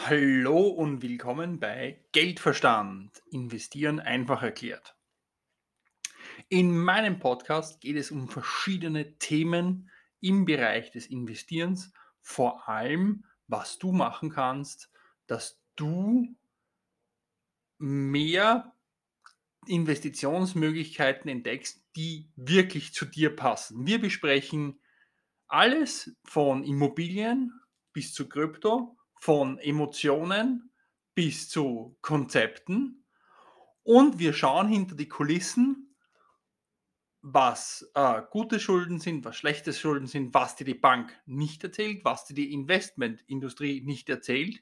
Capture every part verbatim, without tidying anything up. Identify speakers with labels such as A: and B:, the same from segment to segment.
A: Hallo und willkommen bei Geldverstand. Investieren einfach erklärt. In meinem Podcast geht es um verschiedene Themen im Bereich des Investierens, vor allem was du machen kannst, dass du mehr Investitionsmöglichkeiten entdeckst, die wirklich zu dir passen. Wir besprechen alles von Immobilien bis zu Krypto, von Emotionen bis zu Konzepten, und wir schauen hinter die Kulissen, was äh, gute Schulden sind, was schlechte Schulden sind, was dir die Bank nicht erzählt, was dir die Investmentindustrie nicht erzählt.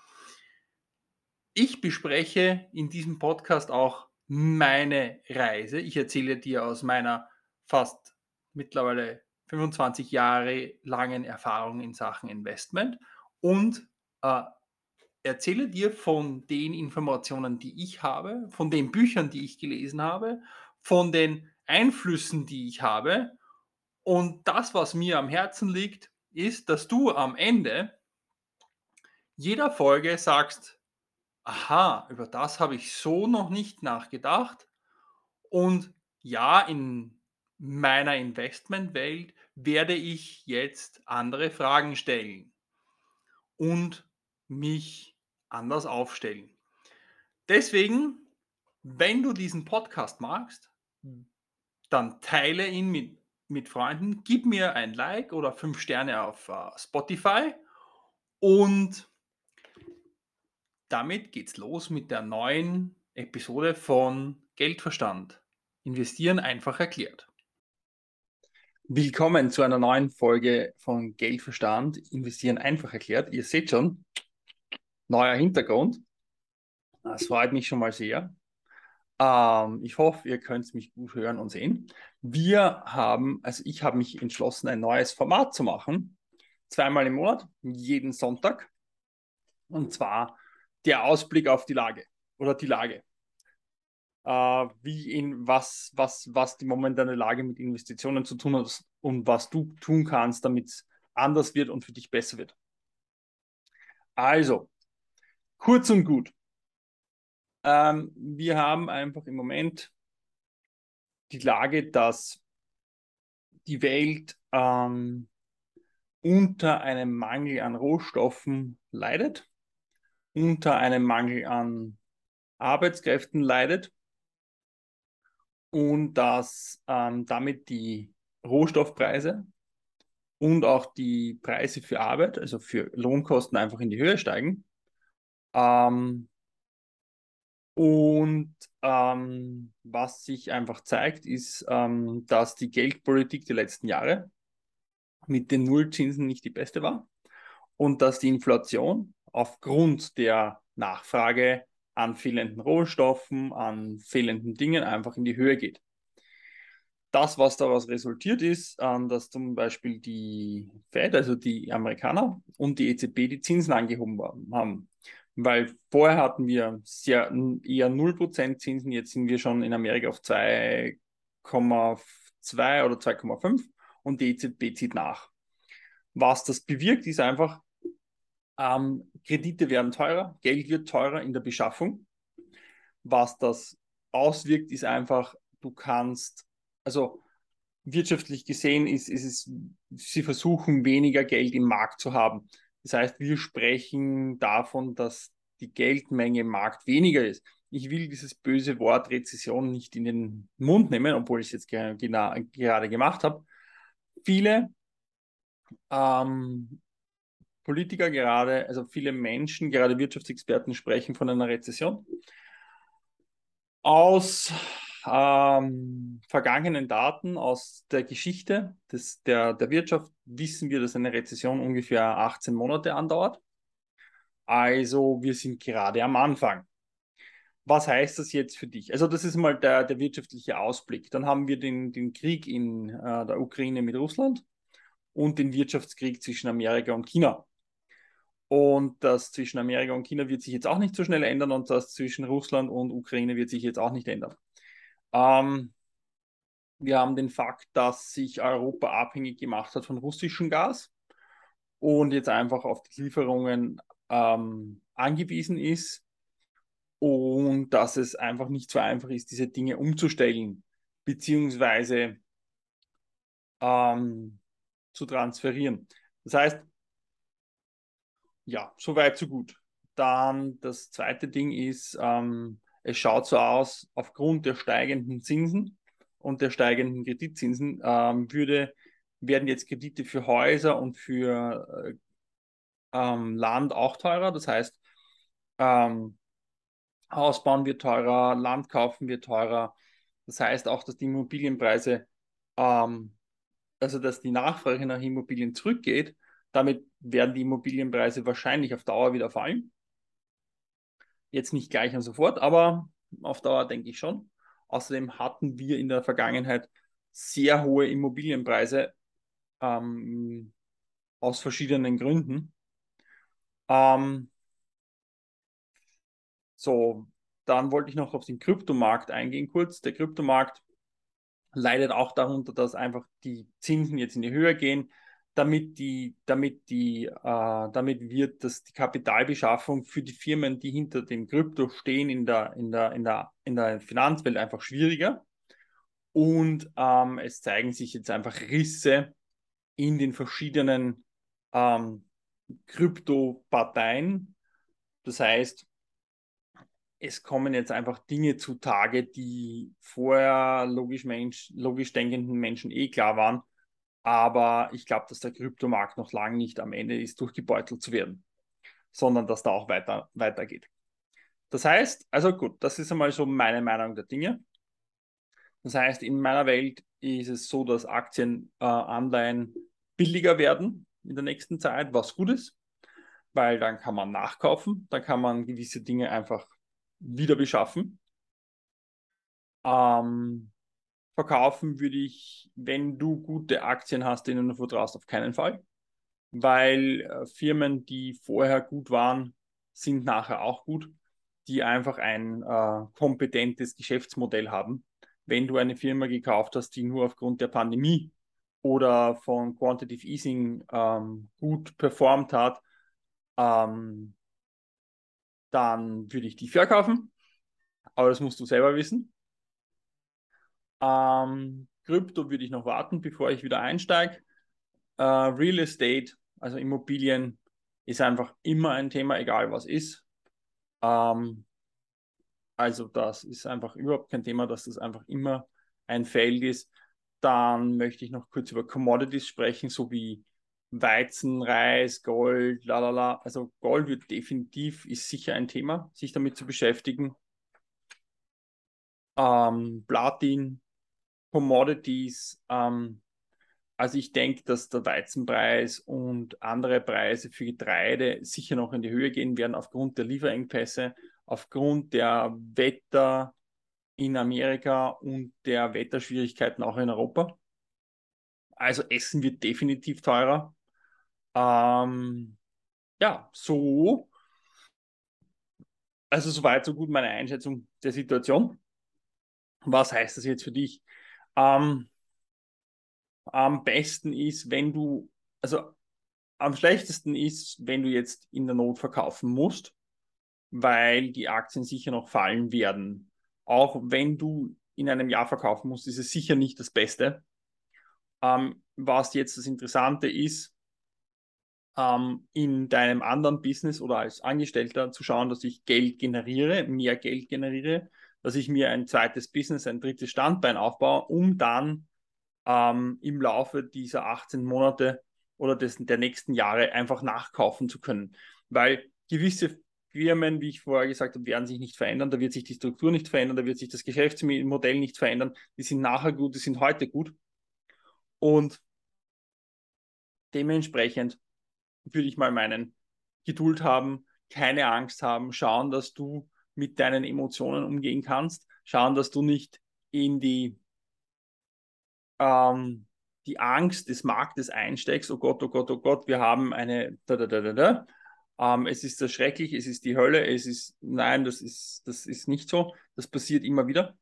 A: Ich bespreche in diesem Podcast auch meine Reise. Ich erzähle dir aus meiner fast mittlerweile fünfundzwanzig Jahre langen Erfahrung in Sachen Investment und äh, erzähle dir von den Informationen, die ich habe, von den Büchern, die ich gelesen habe, von den Einflüssen, die ich habe. Und das, was mir am Herzen liegt, ist, dass du am Ende jeder Folge sagst: Aha, über das habe ich so noch nicht nachgedacht. Und ja, in meiner Investmentwelt werde ich jetzt andere Fragen stellen und mich anders aufstellen. Deswegen, wenn du diesen Podcast magst, dann teile ihn mit, mit Freunden, gib mir ein Like oder fünf Sterne auf äh, Spotify, und damit geht's los mit der neuen Episode von Geldverstand. Investieren einfach erklärt. Willkommen zu einer neuen Folge von Geldverstand. Investieren einfach erklärt. Ihr seht schon, neuer Hintergrund. Das freut mich schon mal sehr. Ähm, ich hoffe, ihr könnt mich gut hören und sehen. Wir haben, also ich habe mich entschlossen, ein neues Format zu machen. Zweimal im Monat, jeden Sonntag. Und zwar der Ausblick auf die Lage oder die Lage. Äh, wie in was, was, was die momentane Lage mit Investitionen zu tun hat und was du tun kannst, damit es anders wird und für dich besser wird. Also, kurz und gut. Ähm, wir haben einfach im Moment die Lage, dass die Welt ähm, unter einem Mangel an Rohstoffen leidet, unter einem Mangel an Arbeitskräften leidet, und dass ähm, damit die Rohstoffpreise und auch die Preise für Arbeit, also für Lohnkosten, einfach in die Höhe steigen. Ähm, und ähm, was sich einfach zeigt, ist, ähm, dass die Geldpolitik der letzten Jahre mit den Nullzinsen nicht die beste war und dass die Inflation aufgrund der Nachfrage an fehlenden Rohstoffen, an fehlenden Dingen einfach in die Höhe geht. Das, was daraus resultiert ist, ähm, dass zum Beispiel die Fed, also die Amerikaner und die E Z B die Zinsen angehoben haben. Weil vorher hatten wir sehr, eher null Prozent Zinsen, jetzt sind wir schon in Amerika auf zwei Komma zwei oder zwei Komma fünf, und die E Z B zieht nach. Was das bewirkt, ist einfach, ähm, Kredite werden teurer, Geld wird teurer in der Beschaffung. Was das auswirkt, ist einfach, du kannst, also wirtschaftlich gesehen ist, ist es, sie versuchen weniger Geld im Markt zu haben. Das heißt, wir sprechen davon, dass die Geldmenge im Markt weniger ist. Ich will dieses böse Wort Rezession nicht in den Mund nehmen, obwohl ich es jetzt ge gerade gemacht habe. Viele ähm, Politiker gerade, also viele Menschen, gerade Wirtschaftsexperten sprechen von einer Rezession. Aus ähm, vergangenen Daten aus der Geschichte des, der, der Wirtschaft wissen wir, dass eine Rezession ungefähr achtzehn Monate andauert. Also wir sind gerade am Anfang. Was heißt das jetzt für dich? Also das ist mal der, der wirtschaftliche Ausblick. Dann haben wir den, den Krieg in äh, der Ukraine mit Russland und den Wirtschaftskrieg zwischen Amerika und China. Und das zwischen Amerika und China wird sich jetzt auch nicht so schnell ändern, und das zwischen Russland und Ukraine wird sich jetzt auch nicht ändern. Ähm, Wir haben den Fakt, dass sich Europa abhängig gemacht hat von russischem Gas und jetzt einfach auf die Lieferungen ähm, angewiesen ist und dass es einfach nicht so einfach ist, diese Dinge umzustellen, beziehungsweise ähm, zu transferieren. Das heißt, ja, so weit, so gut. Dann das zweite Ding ist, ähm, es schaut so aus, aufgrund der steigenden Zinsen und der steigenden Kreditzinsen ähm, würde, werden jetzt Kredite für Häuser und für äh, ähm, Land auch teurer. Das heißt, ähm, Haus bauen wird teurer, Land kaufen wird teurer. Das heißt auch, dass die Immobilienpreise, ähm, also dass die Nachfrage nach Immobilien zurückgeht. Damit werden die Immobilienpreise wahrscheinlich auf Dauer wieder fallen. Jetzt nicht gleich und sofort, aber auf Dauer denke ich schon. Außerdem hatten wir in der Vergangenheit sehr hohe Immobilienpreise ähm, aus verschiedenen Gründen. Ähm, so, dann wollte ich noch auf den Kryptomarkt eingehen kurz. Der Kryptomarkt leidet auch darunter, dass einfach die Zinsen jetzt in die Höhe gehen. Damit die, damit die, äh, damit wird das die Kapitalbeschaffung für die Firmen, die hinter dem Krypto stehen, in der, in der, in der, in der Finanzwelt einfach schwieriger. Und ähm, es zeigen sich jetzt einfach Risse in den verschiedenen ähm, Krypto-Parteien. Das heißt, es kommen jetzt einfach Dinge zutage, die vorher logisch, Mensch, logisch denkenden Menschen eh klar waren. Aber ich glaube, dass der Kryptomarkt noch lange nicht am Ende ist, durchgebeutelt zu werden, sondern dass da auch weiter, weitergeht. Das heißt, also gut, das ist einmal so meine Meinung der Dinge. Das heißt, in meiner Welt ist es so, dass Aktien, äh, Anleihen billiger werden in der nächsten Zeit, was gut ist, weil dann kann man nachkaufen, dann kann man gewisse Dinge einfach wieder beschaffen. Ähm, verkaufen würde ich, wenn du gute Aktien hast, denen du vertraust, auf keinen Fall, weil äh, Firmen, die vorher gut waren, sind nachher auch gut, die einfach ein äh, kompetentes Geschäftsmodell haben. Wenn du eine Firma gekauft hast, die nur aufgrund der Pandemie oder von Quantitative Easing ähm, gut performt hat, ähm, dann würde ich die verkaufen. Aber das musst du selber wissen. Ähm, Krypto würde ich noch warten, bevor ich wieder einsteige. Äh, Real Estate, also Immobilien, ist einfach immer ein Thema, egal was ist. Ähm, also das ist einfach überhaupt kein Thema, dass das einfach immer ein Feld ist. Dann möchte ich noch kurz über Commodities sprechen, so wie Weizen, Reis, Gold, lalala. Also Gold wird definitiv, ist sicher ein Thema, sich damit zu beschäftigen. Ähm, Platin, Commodities, ähm, also ich denke, dass der Weizenpreis und andere Preise für Getreide sicher noch in die Höhe gehen werden aufgrund der Lieferengpässe, aufgrund der Wetter in Amerika und der Wetterschwierigkeiten auch in Europa. Also Essen wird definitiv teurer. Ähm, ja, so, also soweit, so gut meine Einschätzung der Situation. Was heißt das jetzt für dich? Ähm, am besten ist, wenn du, also am schlechtesten ist, wenn du jetzt in der Not verkaufen musst, weil die Aktien sicher noch fallen werden. Auch wenn du in einem Jahr verkaufen musst, ist es sicher nicht das Beste. Ähm, was jetzt das Interessante ist, ähm, in deinem anderen Business oder als Angestellter zu schauen, dass ich Geld generiere, mehr Geld generiere, dass ich mir ein zweites Business, ein drittes Standbein aufbaue, um dann ähm, im Laufe dieser achtzehn Monate oder des, der nächsten Jahre einfach nachkaufen zu können. Weil gewisse Firmen, wie ich vorher gesagt habe, werden sich nicht verändern, da wird sich die Struktur nicht verändern, da wird sich das Geschäftsmodell nicht verändern. Die sind nachher gut, die sind heute gut. Und dementsprechend würde ich mal meinen, Geduld haben, keine Angst haben, schauen, dass du mit deinen Emotionen umgehen kannst, schauen, dass du nicht in die ähm, die Angst des Marktes einsteigst, oh Gott, oh Gott, oh Gott, wir haben eine da, da, da, da, da. Ähm, es ist das schrecklich, es ist die Hölle, es ist, nein, das ist, das ist nicht so, das passiert immer wieder.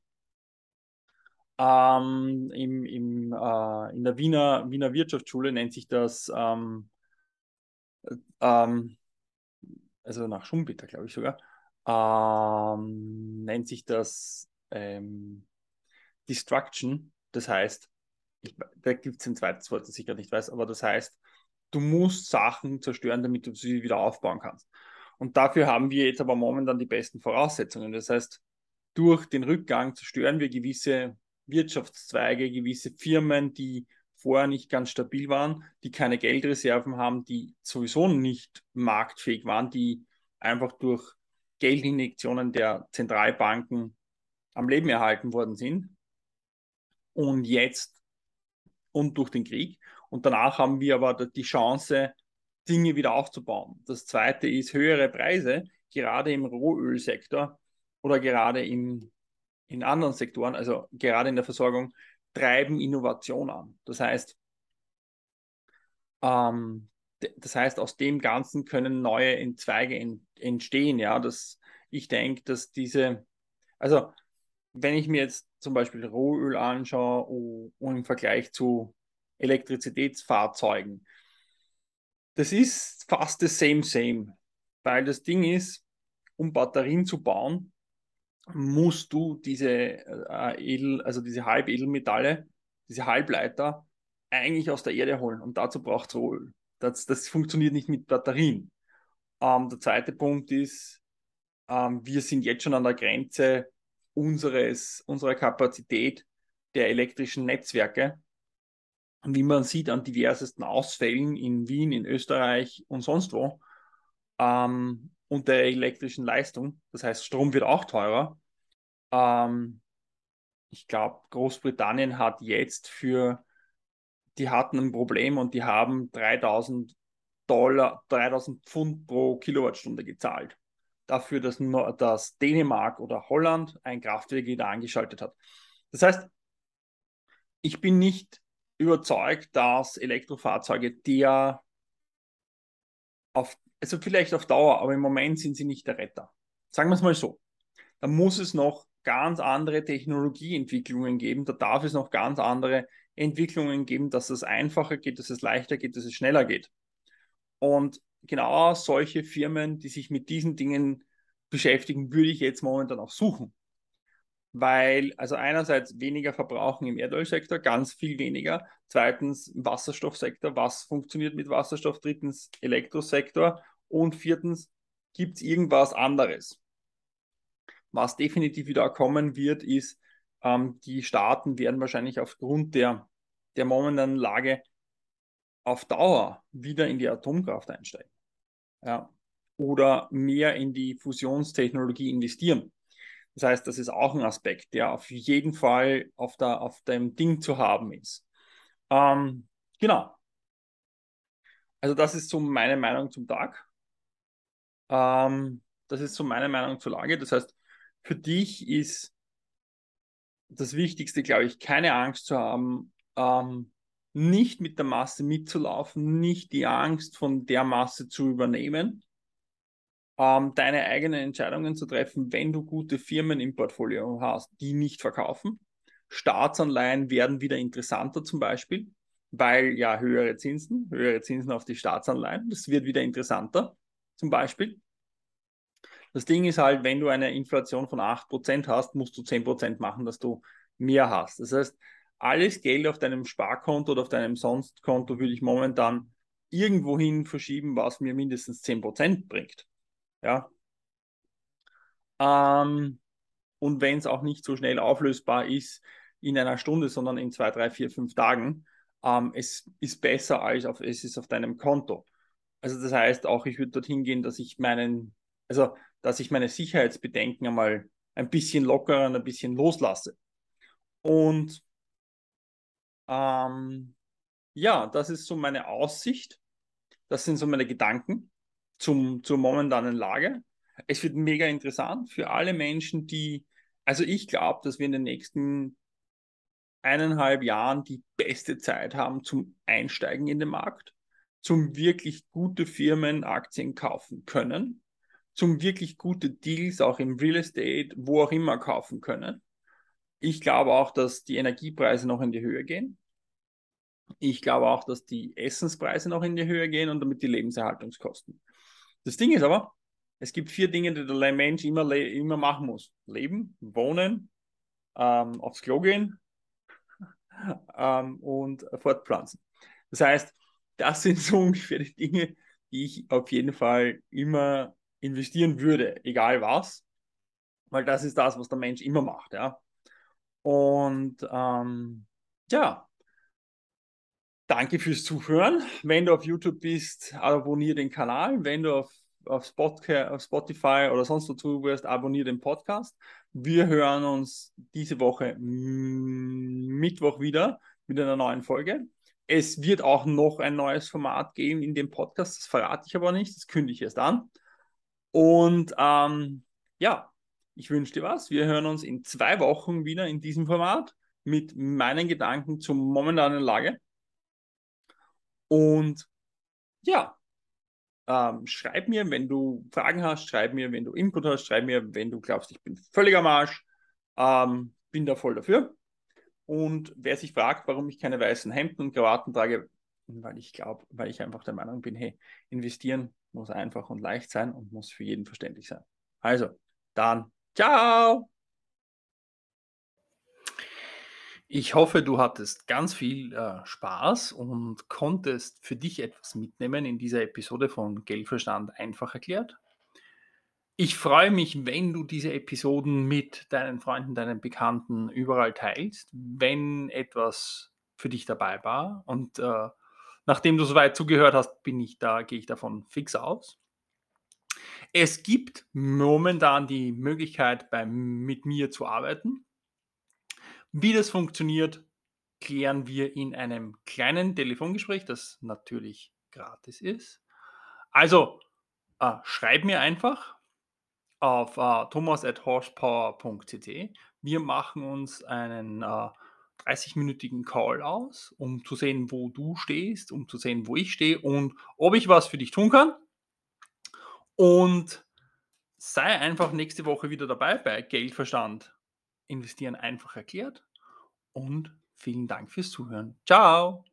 A: Ähm, im, im, äh, in der Wiener, Wiener Wirtschaftsschule nennt sich das ähm, ähm, also nach Schumpeter, glaube ich sogar, ähm, nennt sich das ähm, Destruction. Das heißt, ich, da gibt es ein zweites Wort, das ich gerade nicht weiß, aber das heißt, du musst Sachen zerstören, damit du sie wieder aufbauen kannst. Und dafür haben wir jetzt aber momentan die besten Voraussetzungen. Das heißt, durch den Rückgang zerstören wir gewisse Wirtschaftszweige, gewisse Firmen, die vorher nicht ganz stabil waren, die keine Geldreserven haben, die sowieso nicht marktfähig waren, die einfach durch Geldinjektionen der Zentralbanken am Leben erhalten worden sind. Und jetzt und durch den Krieg. Und danach haben wir aber die Chance, Dinge wieder aufzubauen. Das zweite ist höhere Preise, gerade im Rohölsektor oder gerade im, in anderen Sektoren, also gerade in der Versorgung, treiben Innovation an. Das heißt, ähm, das heißt, aus dem Ganzen können neue Zweige ent entstehen. Ja, dass ich denke, dass diese, also wenn ich mir jetzt zum Beispiel Rohöl anschaue und im Vergleich zu Elektrizitätsfahrzeugen, das ist fast das same same, weil das Ding ist, um Batterien zu bauen, musst du diese äh, Edel, also diese Halbedelmetalle, diese Halbleiter eigentlich aus der Erde holen und dazu braucht es Rohöl. Das, das funktioniert nicht mit Batterien. Ähm, der zweite Punkt ist, ähm, wir sind jetzt schon an der Grenze unseres, unserer Kapazität der elektrischen Netzwerke. Und wie man sieht an diversesten Ausfällen in Wien, in Österreich und sonst wo, ähm, und der elektrischen Leistung, das heißt, Strom wird auch teurer. Ähm, ich glaube, Großbritannien hat jetzt für, die hatten ein Problem und die haben dreitausend Dollar, dreitausend Pfund pro Kilowattstunde gezahlt. Dafür, dass, dass Dänemark oder Holland ein Kraftwerk wieder angeschaltet hat. Das heißt, ich bin nicht überzeugt, dass Elektrofahrzeuge der auf, also vielleicht auf Dauer, aber im Moment sind sie nicht der Retter. Sagen wir es mal so. Da muss es noch ganz andere Technologieentwicklungen geben, da darf es noch ganz andere Entwicklungen geben, dass es einfacher geht, dass es leichter geht, dass es schneller geht. Und genau solche Firmen, die sich mit diesen Dingen beschäftigen, würde ich jetzt momentan auch suchen. Weil, also einerseits weniger verbrauchen im Erdölsektor, ganz viel weniger. Zweitens im Wasserstoffsektor, was funktioniert mit Wasserstoff? Drittens Elektrosektor. Und viertens, gibt es irgendwas anderes? Was definitiv wieder kommen wird, ist, ähm, die Staaten werden wahrscheinlich aufgrund der, der momentanen Lage auf Dauer wieder in die Atomkraft einsteigen. Ja. Oder mehr in die Fusionstechnologie investieren. Das heißt, das ist auch ein Aspekt, der auf jeden Fall auf, der, auf dem Ding zu haben ist. Ähm, genau. Also das ist so meine Meinung zum Tag. Ähm, das ist so meine Meinung zur Lage. Das heißt, für dich ist das Wichtigste, glaube ich, keine Angst zu haben, ähm, nicht mit der Masse mitzulaufen, nicht die Angst von der Masse zu übernehmen, ähm, deine eigenen Entscheidungen zu treffen, wenn du gute Firmen im Portfolio hast, die nicht verkaufen. Staatsanleihen werden wieder interessanter zum Beispiel, weil ja höhere Zinsen, höhere Zinsen auf die Staatsanleihen, das wird wieder interessanter zum Beispiel. Das Ding ist halt, wenn du eine Inflation von acht Prozent hast, musst du zehn Prozent machen, dass du mehr hast. Das heißt, alles Geld auf deinem Sparkonto oder auf deinem Sonstkonto würde ich momentan irgendwohin verschieben, was mir mindestens zehn Prozent bringt. Ja. Ähm, und wenn es auch nicht so schnell auflösbar ist in einer Stunde, sondern in zwei, drei, vier, fünf Tagen, ähm, es ist besser als auf, es ist auf deinem Konto. Also das heißt auch, ich würde dorthin gehen, dass ich meinen, also dass ich meine Sicherheitsbedenken einmal ein bisschen lockerer und ein bisschen loslasse. Und ähm, ja, das ist so meine Aussicht. Das sind so meine Gedanken zum, zur momentanen Lage. Es wird mega interessant für alle Menschen, die, also ich glaube, dass wir in den nächsten eineinhalb Jahren die beste Zeit haben zum Einsteigen in den Markt, zum wirklich gute Firmen Aktien kaufen können, zum wirklich gute Deals auch im Real Estate, wo auch immer kaufen können. Ich glaube auch, dass die Energiepreise noch in die Höhe gehen. Ich glaube auch, dass die Essenspreise noch in die Höhe gehen und damit die Lebenserhaltungskosten. Das Ding ist aber, Es gibt vier Dinge, die der Mensch immer, le- immer machen muss. Leben, wohnen, ähm, aufs Klo gehen ähm, und fortpflanzen. Das heißt, das sind so ungefähr die Dinge, die ich auf jeden Fall immer investieren würde, egal was, weil das ist das, was der Mensch immer macht, ja. Und ähm, ja, danke fürs Zuhören. Wenn du auf YouTube bist, abonniere den Kanal. Wenn du auf, auf, Spotca auf Spotify oder sonst wo zuhörst, abonniere den Podcast. Wir hören uns diese Woche mm, Mittwoch wieder mit einer neuen Folge. Es wird auch noch ein neues Format geben in dem Podcast. Das verrate ich aber nicht. Das kündige ich erst an. Und ähm, ja, ich wünsche dir was. Wir hören uns in zwei Wochen wieder in diesem Format mit meinen Gedanken zur momentanen Lage. Und ja, ähm, schreib mir, wenn du Fragen hast, schreib mir, wenn du Input hast, schreib mir, wenn du glaubst, ich bin völlig am Arsch. Ähm, bin da voll dafür. Und wer sich fragt, warum ich keine weißen Hemden und Krawatten trage, weil ich glaube, weil ich einfach der Meinung bin, hey, investieren muss einfach und leicht sein und muss für jeden verständlich sein. Also, dann, ciao! Ich hoffe, du hattest ganz viel äh, Spaß und konntest für dich etwas mitnehmen in dieser Episode von Geldverstand einfach erklärt. Ich freue mich, wenn du diese Episoden mit deinen Freunden, deinen Bekannten überall teilst, wenn etwas für dich dabei war. Und äh, nachdem du soweit zugehört hast, bin ich da, gehe ich davon fix aus. Es gibt momentan die Möglichkeit, bei, mit mir zu arbeiten. Wie das funktioniert, klären wir in einem kleinen Telefongespräch, das natürlich gratis ist. Also, äh, schreib mir einfach auf äh, thomas at horsepower punkt c c. Wir machen uns einen äh, dreißig-minütigen Call aus, um zu sehen, wo du stehst, um zu sehen, wo ich stehe und ob ich was für dich tun kann. Und sei einfach nächste Woche wieder dabei bei Geldverstand. Investieren einfach erklärt. Und vielen Dank fürs Zuhören. Ciao!